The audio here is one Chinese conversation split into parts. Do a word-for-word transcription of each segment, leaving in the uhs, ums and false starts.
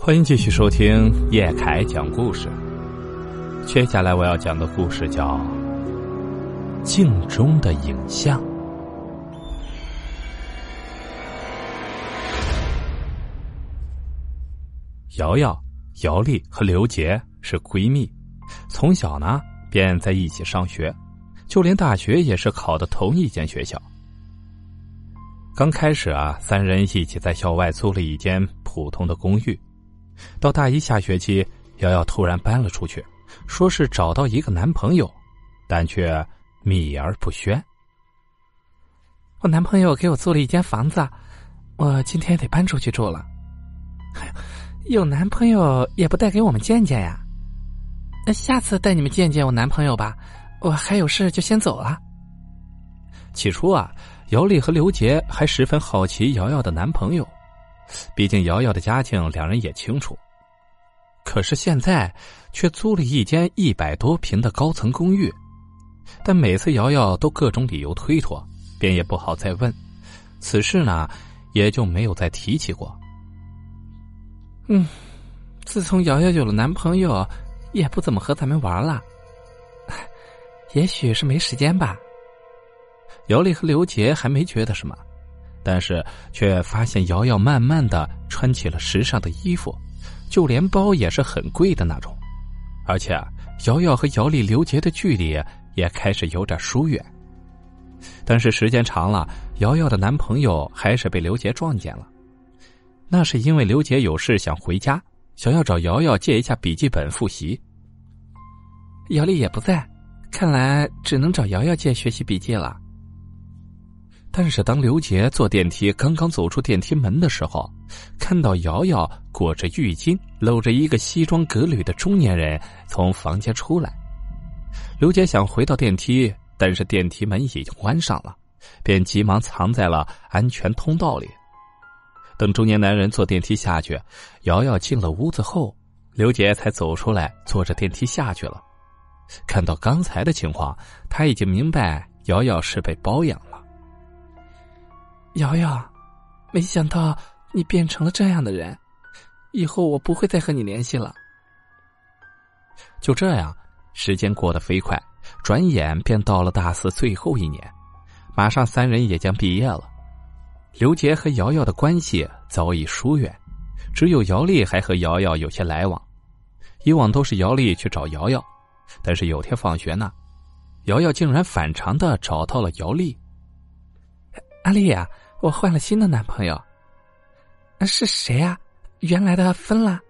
欢迎继续收听叶凯讲故事。接下来我要讲的故事叫《镜中的影像》。瑶瑶、姚丽和刘杰是闺蜜，从小呢便在一起上学，就连大学也是考的同一间学校。刚开始啊，三人一起在校外租了一间普通的公寓。到大一下学期，瑶瑶突然搬了出去，说是找到一个男朋友，但却秘而不宣。 我男朋友给我租了一间房子，我今天得搬出去住了。有男朋友也不带给我们见见呀？下次带你们见见我男朋友吧，我还有事就先走了。 起初啊，姚丽和刘杰还十分好奇瑶瑶的男朋友，毕竟瑶瑶的家境两人也清楚。可是现在却租了一间一百多平的高层公寓，但每次瑶瑶都各种理由推脱，便也不好再问，此事呢也就没有再提起过。 嗯，自从瑶瑶有了男朋友，也不怎么和咱们玩了，也许是没时间吧。 姚丽和刘杰还没觉得什么，但是却发现瑶瑶慢慢的穿起了时尚的衣服，就连包也是很贵的那种。而且瑶瑶和姚丽、刘杰的距离也开始有点疏远。但是时间长了，瑶瑶的男朋友还是被刘杰撞见了。那是因为刘杰有事想回家，想要找瑶瑶借一下笔记本复习。 姚丽也不在，看来只能找瑶瑶借学习笔记了。 但是当刘杰坐电梯刚刚走出电梯门的时候，看到瑶瑶裹着浴巾，搂着一个西装革履的中年人从房间出来。刘杰想回到电梯，但是电梯门已经关上了，便急忙藏在了安全通道里。等中年男人坐电梯下去，瑶瑶进了屋子后，刘杰才走出来，坐着电梯下去了。看到刚才的情况，他已经明白瑶瑶是被包养了。 瑶瑶，没想到你变成了这样的人，以后我不会再和你联系了。 就这样，时间过得飞快，转眼便到了大四最后一年，马上三人也将毕业了。刘杰和瑶瑶的关系早已疏远，只有姚丽还和瑶瑶有些来往。以往都是姚丽去找瑶瑶，但是有天放学呢，瑶瑶竟然反常的找到了姚丽。 阿丽呀，我换了新的男朋友。是谁啊？原来的分了？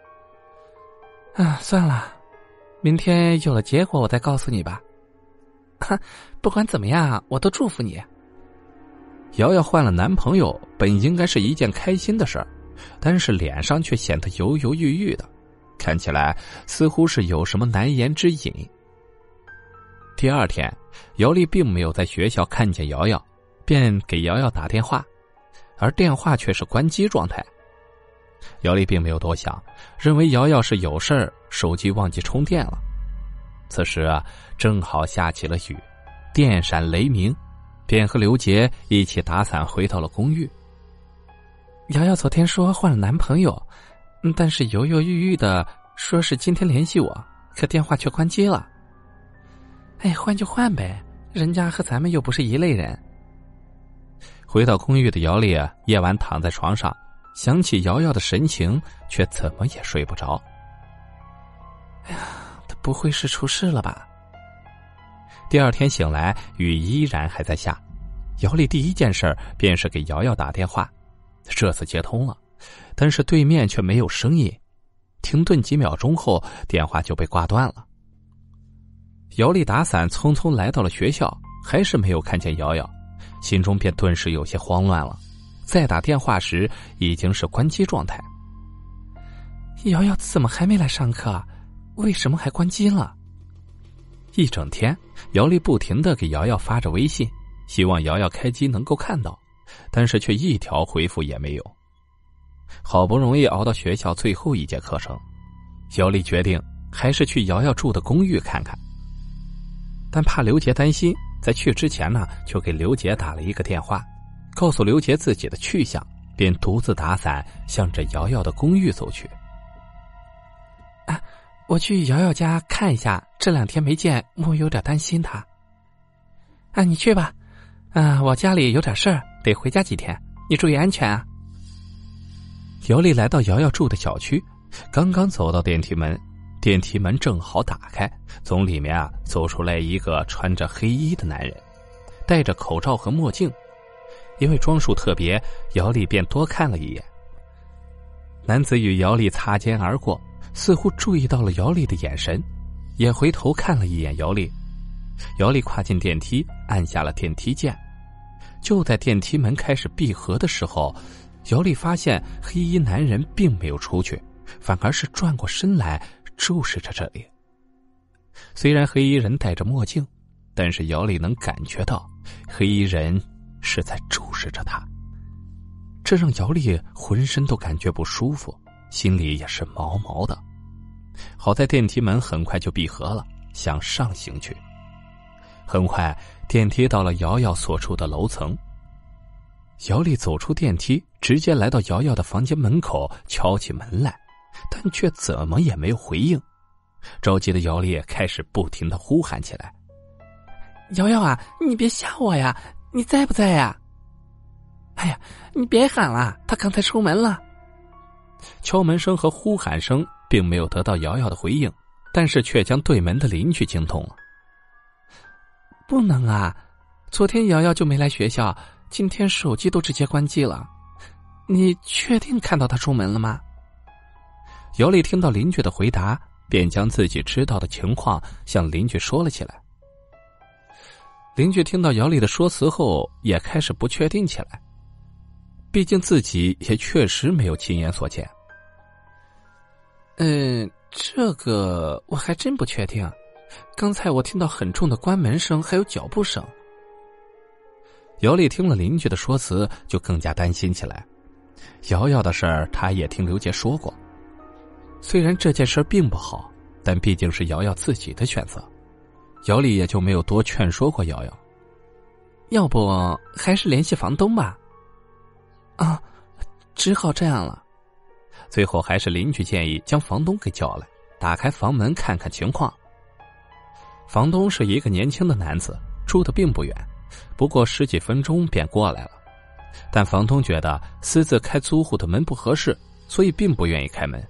啊，算了，明天有了结果我再告诉你吧。不管怎么样，我都祝福你。 瑶瑶换了男朋友，本应该是一件开心的事儿，但是脸上却显得犹犹豫豫的，看起来似乎是有什么难言之隐。第二天，姚丽并没有在学校看见瑶瑶，便给瑶瑶打电话，而电话却是关机状态。姚丽并没有多想，认为瑶瑶是有事儿，手机忘记充电了。此时啊，正好下起了雨，电闪雷鸣，便和刘杰一起打伞回到了公寓。 瑶瑶昨天说换了男朋友，但是犹犹豫豫的说是今天联系我，可电话却关机了。哎，换就换呗，人家和咱们又不是一类人。 回到公寓的姚丽啊，夜晚躺在床上，想起瑶瑶的神情，却怎么也睡不着。 哎呀，他不会是出事了吧？ 第二天醒来，雨依然还在下。姚丽第一件事便是给瑶瑶打电话，这次接通了，但是对面却没有声音。停顿几秒钟后，电话就被挂断了。姚丽打伞匆匆来到了学校，还是没有看见瑶瑶，心中便顿时有些慌乱了。再打电话时，已经是关机状态。 瑶瑶怎么还没来上课？为什么还关机了？ 一整天，姚丽不停地给瑶瑶发着微信，希望瑶瑶开机能够看到，但是却一条回复也没有。好不容易熬到学校最后一节课程，姚丽决定还是去瑶瑶住的公寓看看。但怕刘杰担心，在去之前呢，就给刘杰打了一个电话，告诉刘杰自己的去向，便独自打伞向着瑶瑶的公寓走去。 我去瑶瑶家看一下，这两天没见，我有点担心她。啊，你去吧。啊，我家里有点事儿，得回家几天，你注意安全啊。 姚丽来到瑶瑶住的小区，刚刚走到电梯门，电梯门正好打开，从里面啊走出来一个穿着黑衣的男人，戴着口罩和墨镜。因为装束特别，姚丽便多看了一眼。男子与姚丽擦肩而过，似乎注意到了姚丽的眼神，也回头看了一眼姚丽。姚丽跨进电梯，按下了电梯键。就在电梯门开始闭合的时候，姚丽发现黑衣男人并没有出去，反而是转过身来注视着这里。虽然黑衣人戴着墨镜，但是姚丽能感觉到黑衣人是在注视着他，这让姚丽浑身都感觉不舒服，心里也是毛毛的。好在电梯门很快就闭合了，向上行去。很快电梯到了瑶瑶所处的楼层。姚丽走出电梯，直接来到瑶瑶的房间门口，敲起门来，但却怎么也没有回应。着急的姚丽开始不停地呼喊起来： 瑶瑶啊，你别吓我呀，你在不在呀？哎呀，你别喊了，他刚才出门了。 敲门声和呼喊声并没有得到瑶瑶的回应，但是却将对门的邻居惊动了。 不能啊，昨天瑶瑶就没来学校，今天手机都直接关机了。你确定看到他出门了吗？ 姚丽听到邻居的回答，便将自己知道的情况向邻居说了起来。邻居听到姚丽的说辞后，也开始不确定起来，毕竟自己也确实没有亲眼所见。 嗯，这个我还真不确定，刚才我听到很重的关门声，还有脚步声。 姚丽听了邻居的说辞，就更加担心起来。瑶瑶的事儿，她也听刘杰说过。虽然这件事并不好，但毕竟是瑶瑶自己的选择，姚丽也就没有多劝说过瑶瑶。 要不还是联系房东吧。啊，只好这样了。 最后还是邻居建议将房东给叫来，打开房门看看情况。房东是一个年轻的男子，住的并不远，不过十几分钟便过来了。但房东觉得私自开租户的门不合适，所以并不愿意开门。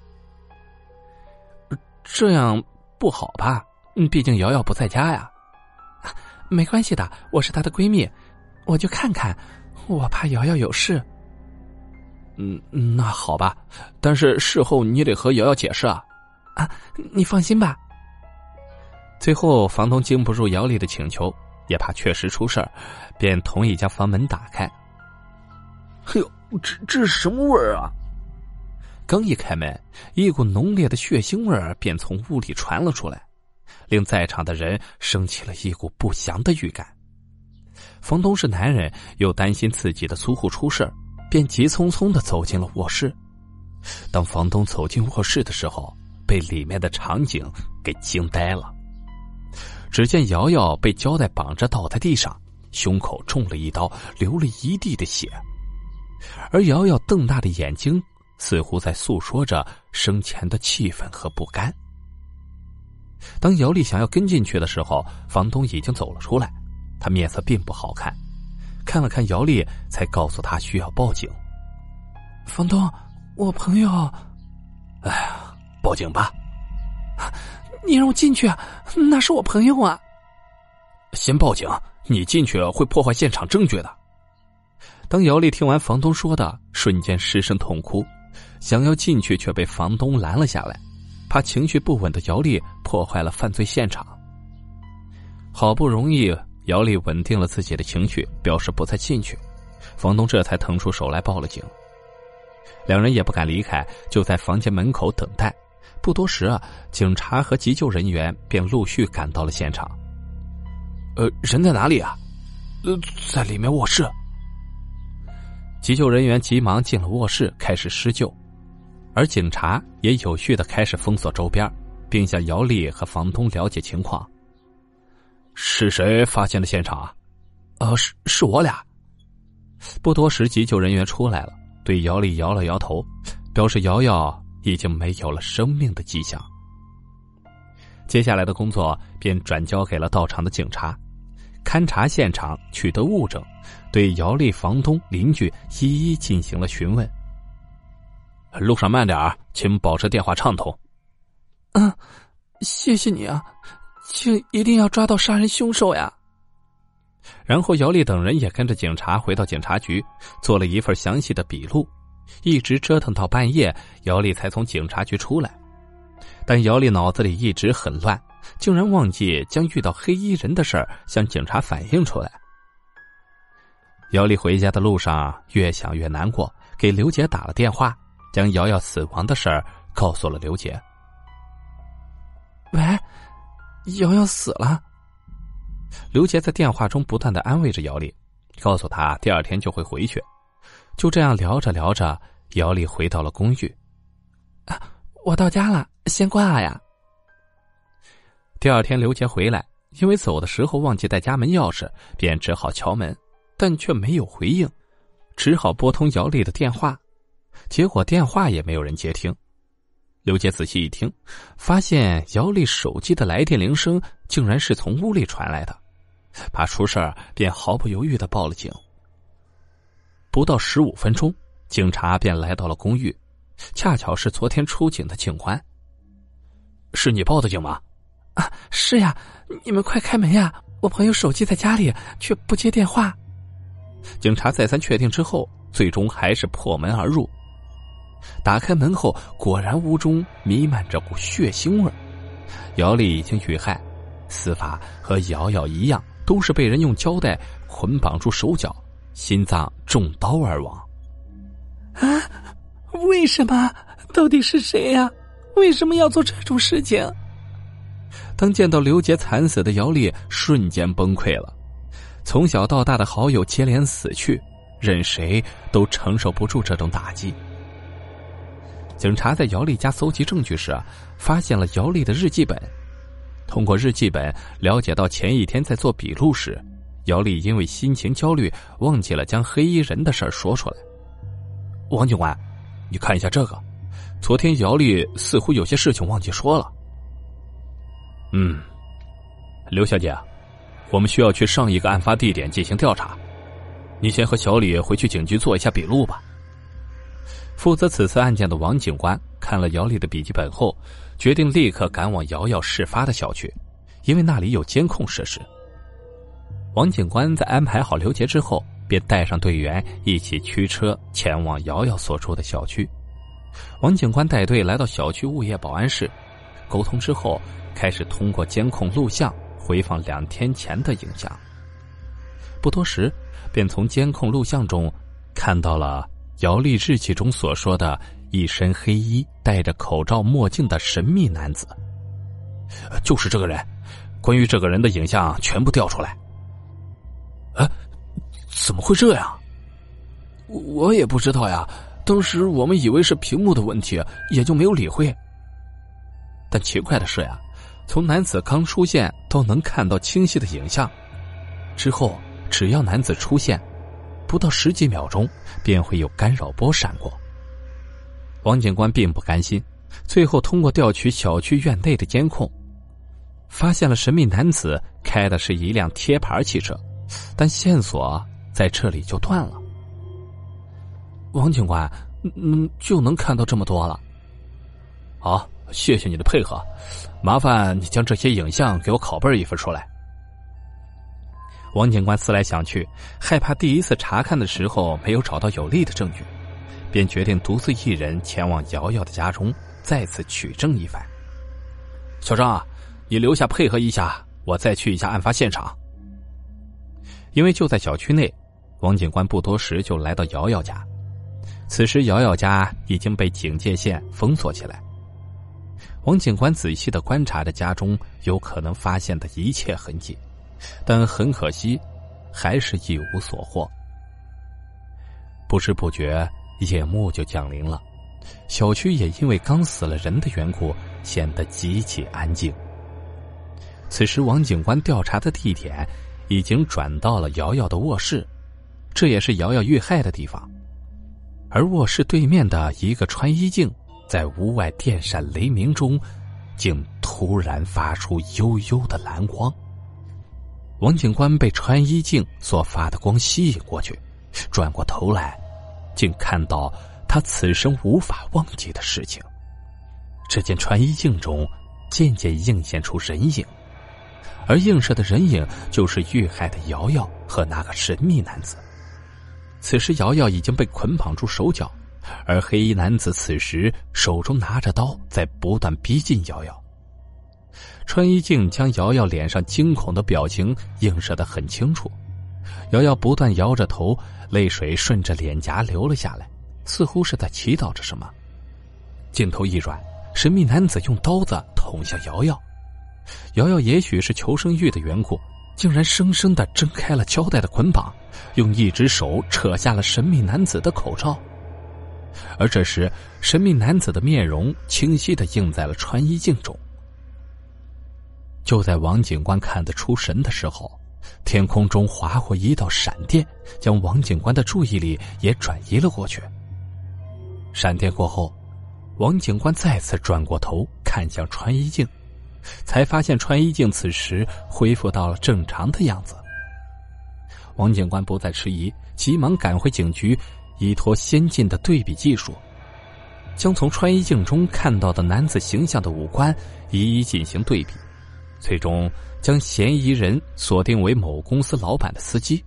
这样不好吧？嗯，毕竟瑶瑶不在家呀。没关系的，我是她的闺蜜，我就看看，我怕瑶瑶有事。 嗯，那好吧，但是事后你得和瑶瑶解释啊。 啊，你放心吧。 最后房东经不住姚丽的请求，也怕确实出事儿，便同意将房门打开。 哎呦，这这是什么味儿啊？ 刚一开门，一股浓烈的血腥味儿便从屋里传了出来，令在场的人升起了一股不祥的预感。房东是男人，又担心自己的租户出事，便急匆匆地走进了卧室。当房东走进卧室的时候，被里面的场景给惊呆了。只见瑶瑶被胶带绑着倒在地上，胸口中了一刀，流了一地的血，而瑶瑶瞪大的眼睛似乎在诉说着生前的气愤和不甘。当姚丽想要跟进去的时候，房东已经走了出来，他面色并不好看，看了看姚丽，才告诉他需要报警。 房东，我朋友…… 哎呀，报警吧。 你让我进去，那是我朋友啊。 先报警，你进去会破坏现场证据的。当姚丽听完房东说的，瞬间失声痛哭，想要进去却被房东拦了下来，怕情绪不稳的姚丽破坏了犯罪现场。好不容易姚丽稳定了自己的情绪，表示不再进去，房东这才腾出手来报了警。两人也不敢离开，就在房间门口等待。不多时啊，警察和急救人员便陆续赶到了现场。呃，人在哪里啊？ 呃，在里面卧室。 急救人员急忙进了卧室，开始施救，而警察也有序地开始封锁周边，并向姚丽和房东了解情况。是谁发现的现场啊？ 呃，是是我俩。 不多时，急救人员出来了，对姚丽摇了摇头，表示瑶瑶已经没有了生命的迹象。 接下来的工作便转交给了到场的警察，勘察现场，取得物证，对姚丽房东、邻居一一进行了询问。路上慢点，请保持电话畅通。 嗯，谢谢你啊，请一定要抓到杀人凶手呀。 然后姚丽等人也跟着警察回到警察局，做了一份详细的笔录，一直折腾到半夜，姚丽才从警察局出来。但姚丽脑子里一直很乱，竟然忘记将遇到黑衣人的事儿向警察反映出来。姚丽回家的路上越想越难过，给刘杰打了电话，将瑶瑶死亡的事儿告诉了刘杰。 喂，瑶瑶死了。 刘杰在电话中不断地安慰着姚丽，告诉她第二天就会回去。就这样聊着聊着，姚丽回到了公寓。 啊，我到家了，先挂呀。 第二天刘杰回来，因为走的时候忘记带家门钥匙，便只好敲门，但却没有回应，只好拨通姚丽的电话，结果电话也没有人接听。刘杰仔细一听，发现姚丽手机的来电铃声竟然是从屋里传来的，怕出事儿，便毫不犹豫地报了警。不到十五分钟，警察便来到了公寓，恰巧是昨天出警的警官。是你报的警吗？ 啊，是呀，你们快开门呀！我朋友手机在家里，却不接电话。 警察再三确定之后，最终还是破门而入。打开门后，果然屋中弥漫着股血腥味。姚丽已经遇害，死法和瑶瑶一样，都是被人用胶带捆绑住手脚，心脏中刀而亡。 啊，为什么？到底是谁呀？为什么要做这种事情？ 当见到刘杰惨死的姚丽瞬间崩溃了。从小到大的好友接连死去，任谁都承受不住这种打击。警察在姚丽家搜集证据时，发现了姚丽的日记本。通过日记本了解到，前一天在做笔录时，姚丽因为心情焦虑，忘记了将黑衣人的事说出来。王警官，你看一下这个，昨天姚丽似乎有些事情忘记说了。嗯，刘小姐，我们需要去上一个案发地点进行调查，你先和小李回去警局做一下笔录吧。负责此次案件的王警官看了姚丽的笔记本后，决定立刻赶往瑶瑶事发的小区，因为那里有监控设施。王警官在安排好刘杰之后，便带上队员一起驱车前往瑶瑶所住的小区。王警官带队来到小区物业保安室，沟通之后，开始通过监控录像回放两天前的影像。不多时，便从监控录像中看到了姚丽日记中所说的一身黑衣、戴着口罩墨镜的神秘男子。就是这个人，关于这个人的影像全部调出来。哎，怎么会这样？ 我也不知道呀，当时我们以为是屏幕的问题，也就没有理会。 但奇怪的是呀，从男子刚出现都能看到清晰的影像，之后只要男子出现，不到十几秒钟便会有干扰波闪过。王警官并不甘心，最后通过调取小区院内的监控，发现了神秘男子开的是一辆贴牌汽车，但线索在这里就断了。 王警官，嗯，就能看到这么多了。 好，谢谢你的配合，麻烦你将这些影像给我拷贝一份出来。王警官思来想去，害怕第一次查看的时候没有找到有力的证据，便决定独自一人前往瑶瑶的家中，再次取证一番。小张啊，你留下配合一下，我再去一下案发现场。因为就在小区内，王警官不多时就来到瑶瑶家。此时瑶瑶家已经被警戒线封锁起来。王警官仔细地观察着家中有可能发现的一切痕迹，但很可惜，还是一无所获。不知不觉，夜幕就降临了，小区也因为刚死了人的缘故，显得极其安静。此时，王警官调查的地点已经转到了瑶瑶的卧室，这也是瑶瑶遇害的地方。而卧室对面的一个穿衣镜，在屋外电闪雷鸣中，竟突突然发出幽幽的蓝光。王警官被穿衣镜所发的光吸引过去，转过头来，竟看到他此生无法忘记的事情。只见穿衣镜中渐渐映现出人影，而映射的人影就是遇害的瑶瑶和那个神秘男子。此时瑶瑶已经被捆绑住手脚，而黑衣男子此时手中拿着刀，在不断逼近瑶瑶。穿衣镜将瑶瑶脸上惊恐的表情映射得很清楚，瑶瑶不断摇着头，泪水顺着脸颊流了下来，似乎是在祈祷着什么。镜头一转，神秘男子用刀子捅向瑶瑶。瑶瑶也许是求生欲的缘故，竟然生生地挣开了胶带的捆绑，用一只手扯下了神秘男子的口罩。而这时，神秘男子的面容清晰地映在了穿衣镜中。就在王警官看得出神的时候，天空中划过一道闪电，将王警官的注意力也转移了过去。闪电过后，王警官再次转过头看向穿衣镜，才发现穿衣镜此时恢复到了正常的样子。王警官不再迟疑，急忙赶回警局，依托先进的对比技术，将从穿衣镜中看到的男子形象的五官一一进行对比，最终将嫌疑人锁定为某公司老板的司机。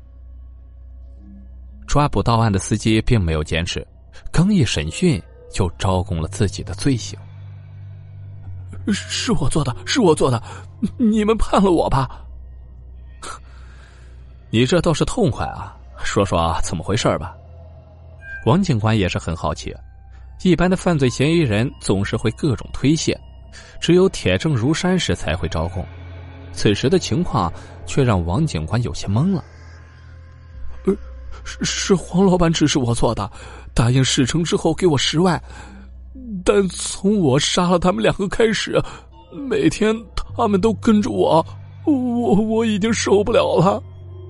抓捕到案的司机并没有坚持，刚一审讯就招供了自己的罪行。 是我做的，是我做的，你们判了我吧。 你这倒是痛快啊，说说怎么回事吧。王警官也是很好奇，一般的犯罪嫌疑人总是会各种推卸，只有铁证如山时才会招供。此时的情况却让王警官有些懵了。 呃，是是黄老板指示我做的，答应事成之后给我十万，但从我杀了他们两个开始，每天他们都跟着我，我我已经受不了了。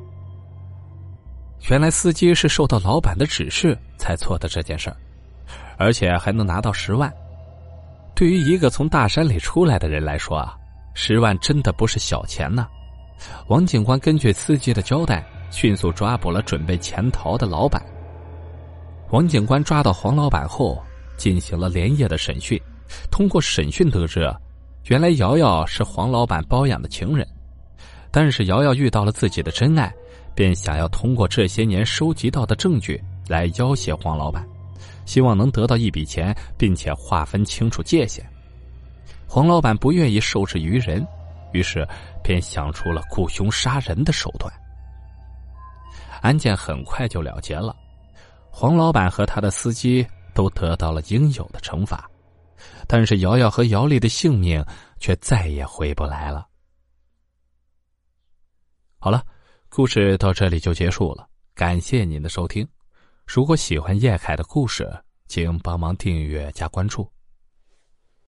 原来司机是受到老板的指示才做的这件事儿，而且还能拿到十万。对于一个从大山里出来的人来说啊，十万真的不是小钱呢。王警官根据司机的交代，迅速抓捕了准备潜逃的老板。王警官抓到黄老板后，进行了连夜的审讯。通过审讯得知，原来瑶瑶是黄老板包养的情人，但是瑶瑶遇到了自己的真爱，便想要通过这些年收集到的证据来要挟黄老板，希望能得到一笔钱，并且划分清楚界限。黄老板不愿意受制于人，于是便想出了雇凶杀人的手段。案件很快就了结了，黄老板和他的司机都得到了应有的惩罚，但是瑶瑶和姚丽的性命却再也回不来了。好了，故事到这里就结束了，感谢您的收听。如果喜欢叶凯的故事，请帮忙订阅加关注。